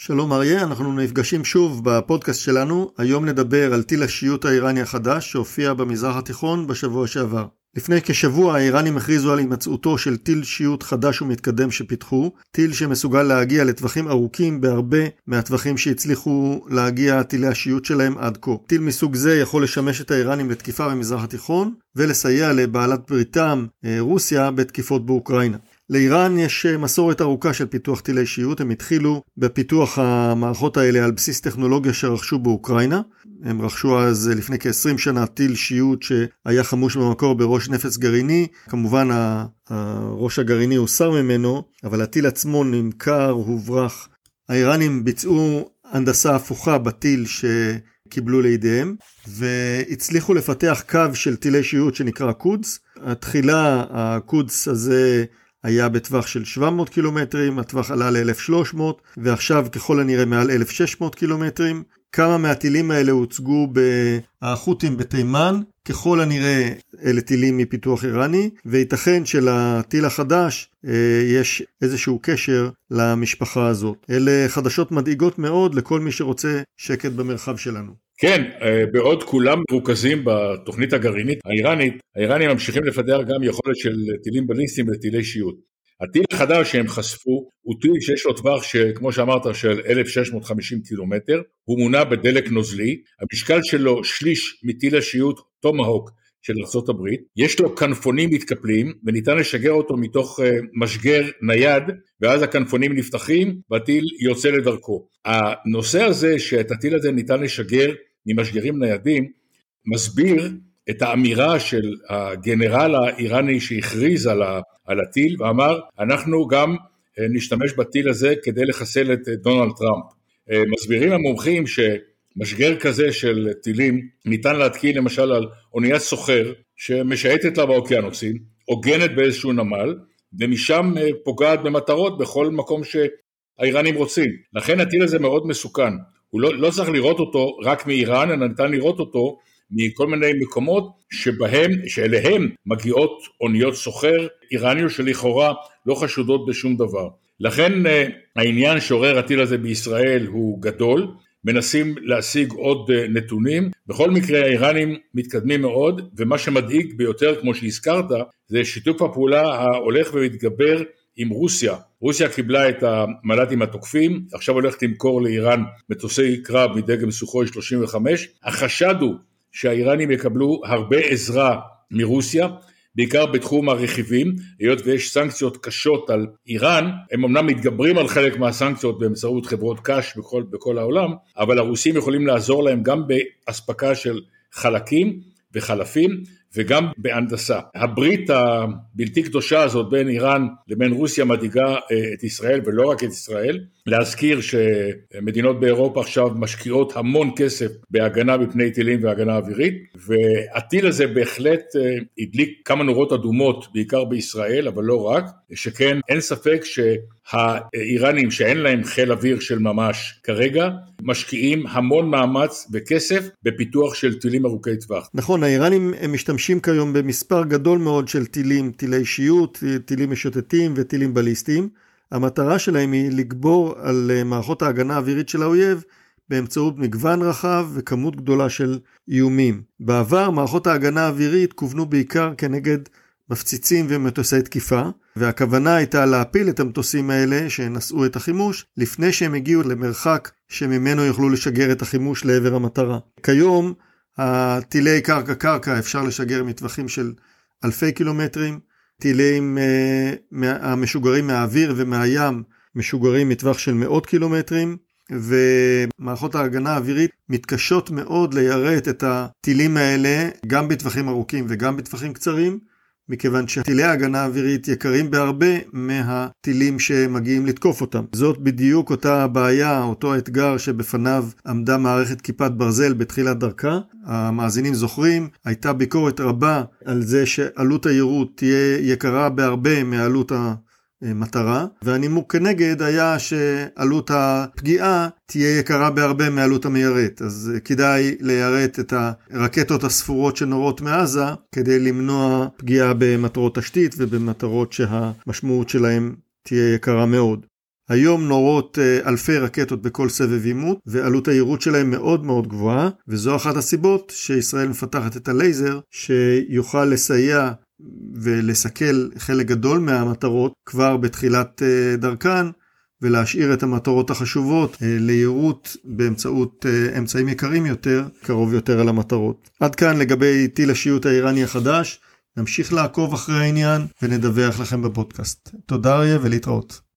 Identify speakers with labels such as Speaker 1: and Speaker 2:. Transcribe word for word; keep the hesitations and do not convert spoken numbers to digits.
Speaker 1: שלום אריה, אנחנו נפגשים שוב בפודקאסט שלנו. היום נדבר על טיל השיוט האיראני החדש שהופיע במזרח התיכון בשבוע שעבר. לפני כשבוע האיראנים הכריזו על הימצאותו של טיל שיוט חדש ומתקדם שפיתחו, טיל שמסוגל להגיע לטווחים ארוכים בהרבה מהטווחים שהצליחו להגיע טילי השיוט שלהם עד כה. טיל מסוג זה יכול לשמש את האיראנים לתקיפה במזרח התיכון ולסייע לבעלת בריתם רוסיה בתקיפות באוקראינה. לאיראן יש מסורת ארוכה של פיתוח טילי שיוט. הם התחילו בפיתוח המערכות האלה על בסיס טכנולוגיה שרכשו באוקראינה. הם רכשו אז לפני כ-עשרים שנה טיל שיוט שהיה חמוש במקור בראש נפץ גרעיני. כמובן הראש הגרעיני הוסר ממנו, אבל הטיל עצמו נמכר, הוברח. האיראנים ביצעו הנדסה הפוכה בטיל שקיבלו לידיהם, והצליחו לפתח קו של טילי שיוט שנקרא קודס. התחילה הקודס הזה היה בטווח של שבע מאות קילומטרים, הטווח עלה ל-אלף ושלוש מאות, ועכשיו ככל הנראה מעל אלף ושש מאות קילומטרים. כמה מהטילים האלה הוצגו בחות'ים בתימן, ככל הנראה אלה טילים מפיתוח איראני, וייתכן שלטיל החדש יש איזשהו קשר למשפחה הזאת. אלה חדשות מדאיגות מאוד לכל מי שרוצה שקט במרחב שלנו.
Speaker 2: כן, בעוד כולם מרוכזים בתוכנית הגרעינית האיראנית, האיראנים ממשיכים לפתח גם יכולת של טילים בליסטיים וטילי שיוט. הטיל החדש שהם חשפו הוא טיל שיש לו טווח שכמו שאמרת של אלף ושש מאות וחמישים קילומטר, הוא מונע בדלק נוזלי, המשקל שלו שליש מטיל השיוט טומהוק של ארצות הברית, יש לו כנפונים מתקפלים וניתן לשגר אותו מתוך משגר נייד, ואז הכנפונים נפתחים והטיל יוצא לדרכו. הנושא הזה שאת הטיל הזה ניתן לשגר ממשגרים ניידים מסביר את האמירה של הגנרל האיראני שהכריז על, ה, על הטיל ואמר אנחנו גם נשתמש בטיל הזה כדי לחסל את דונלד טראמפ. מסבירים המומחים שמשגר כזה של טילים ניתן להתקין למשל על אוניית סוחר שמשייטת לה באוקיינוסים, עוגנת באיזשהו נמל ומשם פוגעת במטרות בכל מקום שהאיראנים רוצים. לכן הטיל הזה מאוד מסוכן, הוא לא, לא צריך לראות אותו רק מאיראן, אלא ניתן לראות אותו מכל מיני מקומות שבהם, שאליהם מגיעות אוניות סוחר איראניות שלכאורה לא חשודות בשום דבר. לכן העניין שעורר הטיל הזה בישראל הוא גדול, מנסים להשיג עוד נתונים, בכל מקרה האיראנים מתקדמים מאוד, ומה שמדאיג ביותר כמו שהזכרת, זה שיתוף הפעולה ההולך ומתגבר עם רוסיה. רוסיה קיבלה את המל"טים התוקפים, עכשיו הולכת למכור לאיראן מטוסי קרב מדגם סוחוי שלושים וחמש, החשד הוא שהאיראנים יקבלו הרבה עזרה מרוסיה, בעיקר בתחום הרכיבים, היות ויש סנקציות קשות על איראן, הם אמנם מתגברים על חלק מהסנקציות באמצעות חברות קש בכל, בכל העולם, אבל הרוסים יכולים לעזור להם גם בהספקה של חלקים וחלפים, וגם בהנדסה. הברית הבלתי קדושה הזאת בין איראן לבין רוסיה מדאיגה את ישראל ולא רק את ישראל. להזכיר שמדינות באירופה עכשיו משקיעות המון כסף בהגנה בפני טילים והגנה אווירית, והטיל הזה בהחלט הדליק כמה נורות אדומות בעיקר בישראל, אבל לא רק, שכן אין ספק שהאיראנים שאין להם חיל אוויר של ממש כרגע, משקיעים המון מאמץ וכסף בפיתוח של טילים ארוכי טווח.
Speaker 1: נכון, האיראנים הם משתמשים כיום במספר גדול מאוד של טילים, טילי שיוט, טילים משוטטים וטילים בליסטיים. המטרה שלהם היא לגבור על מערכות ההגנה האווירית של האויב באמצעות מגוון רחב וכמות גדולה של איומים. בעבר מערכות ההגנה האווירית כוונו בעיקר כנגד מפציצים ומטוסי תקיפה, והכוונה הייתה להפיל את המטוסים האלה שנשאו את החימוש לפני שהם הגיעו למרחק שממנו יוכלו לשגר את החימוש לעבר המטרה. כיום הטילי קרקע-קרקע אפשר לשגר מטווחים של אלפי קילומטרים, טילים uh, המשוגרים מהאוויר ומהים משוגרים מטווח של מאות קילומטרים, ומערכות ההגנה האווירית מתקשות מאוד ליירט את הטילים האלה גם בטווחים ארוכים וגם בטווחים קצרים, מכיוון שטילי ההגנה האווירית יקרים בהרבה מהטילים שמגיעים לתקוף אותם. זאת בדיוק אותה הבעיה, אותו האתגר שבפניו עמדה מערכת כיפת ברזל בתחילת דרכה. המאזינים זוכרים, הייתה ביקורת רבה על זה שעלות היירוט תהיה יקרה בהרבה מעלות המטרה, והנימוק כנגד היה שעלות הפגיעה תהיה יקרה בהרבה מעלות המיירט. אז כדאי ליירט את הרקטות הספורות שנורות מעזה כדי למנוע פגיעה במטרות תשתית ובמטרות שהמשמעות שלהם תהיה יקרה מאוד. היום נורות אלפי רקטות בכל סבב עימות, ועלות העירות שלהם מאוד מאוד גבוהה, וזו אחת הסיבות שישראל מפתחת את הלייזר, שיוכל לסייע ולסכל חלק גדול מהמטרות כבר בתחילת דרכן, ולהשאיר את המטרות החשובות לעירות באמצעות אמצעים יקרים יותר, קרוב יותר על המטרות. עד כאן לגבי טיל השיוט האיראני החדש, נמשיך לעקוב אחרי העניין ונדווח לכם בפודקאסט. תודה אריה ולהתראות.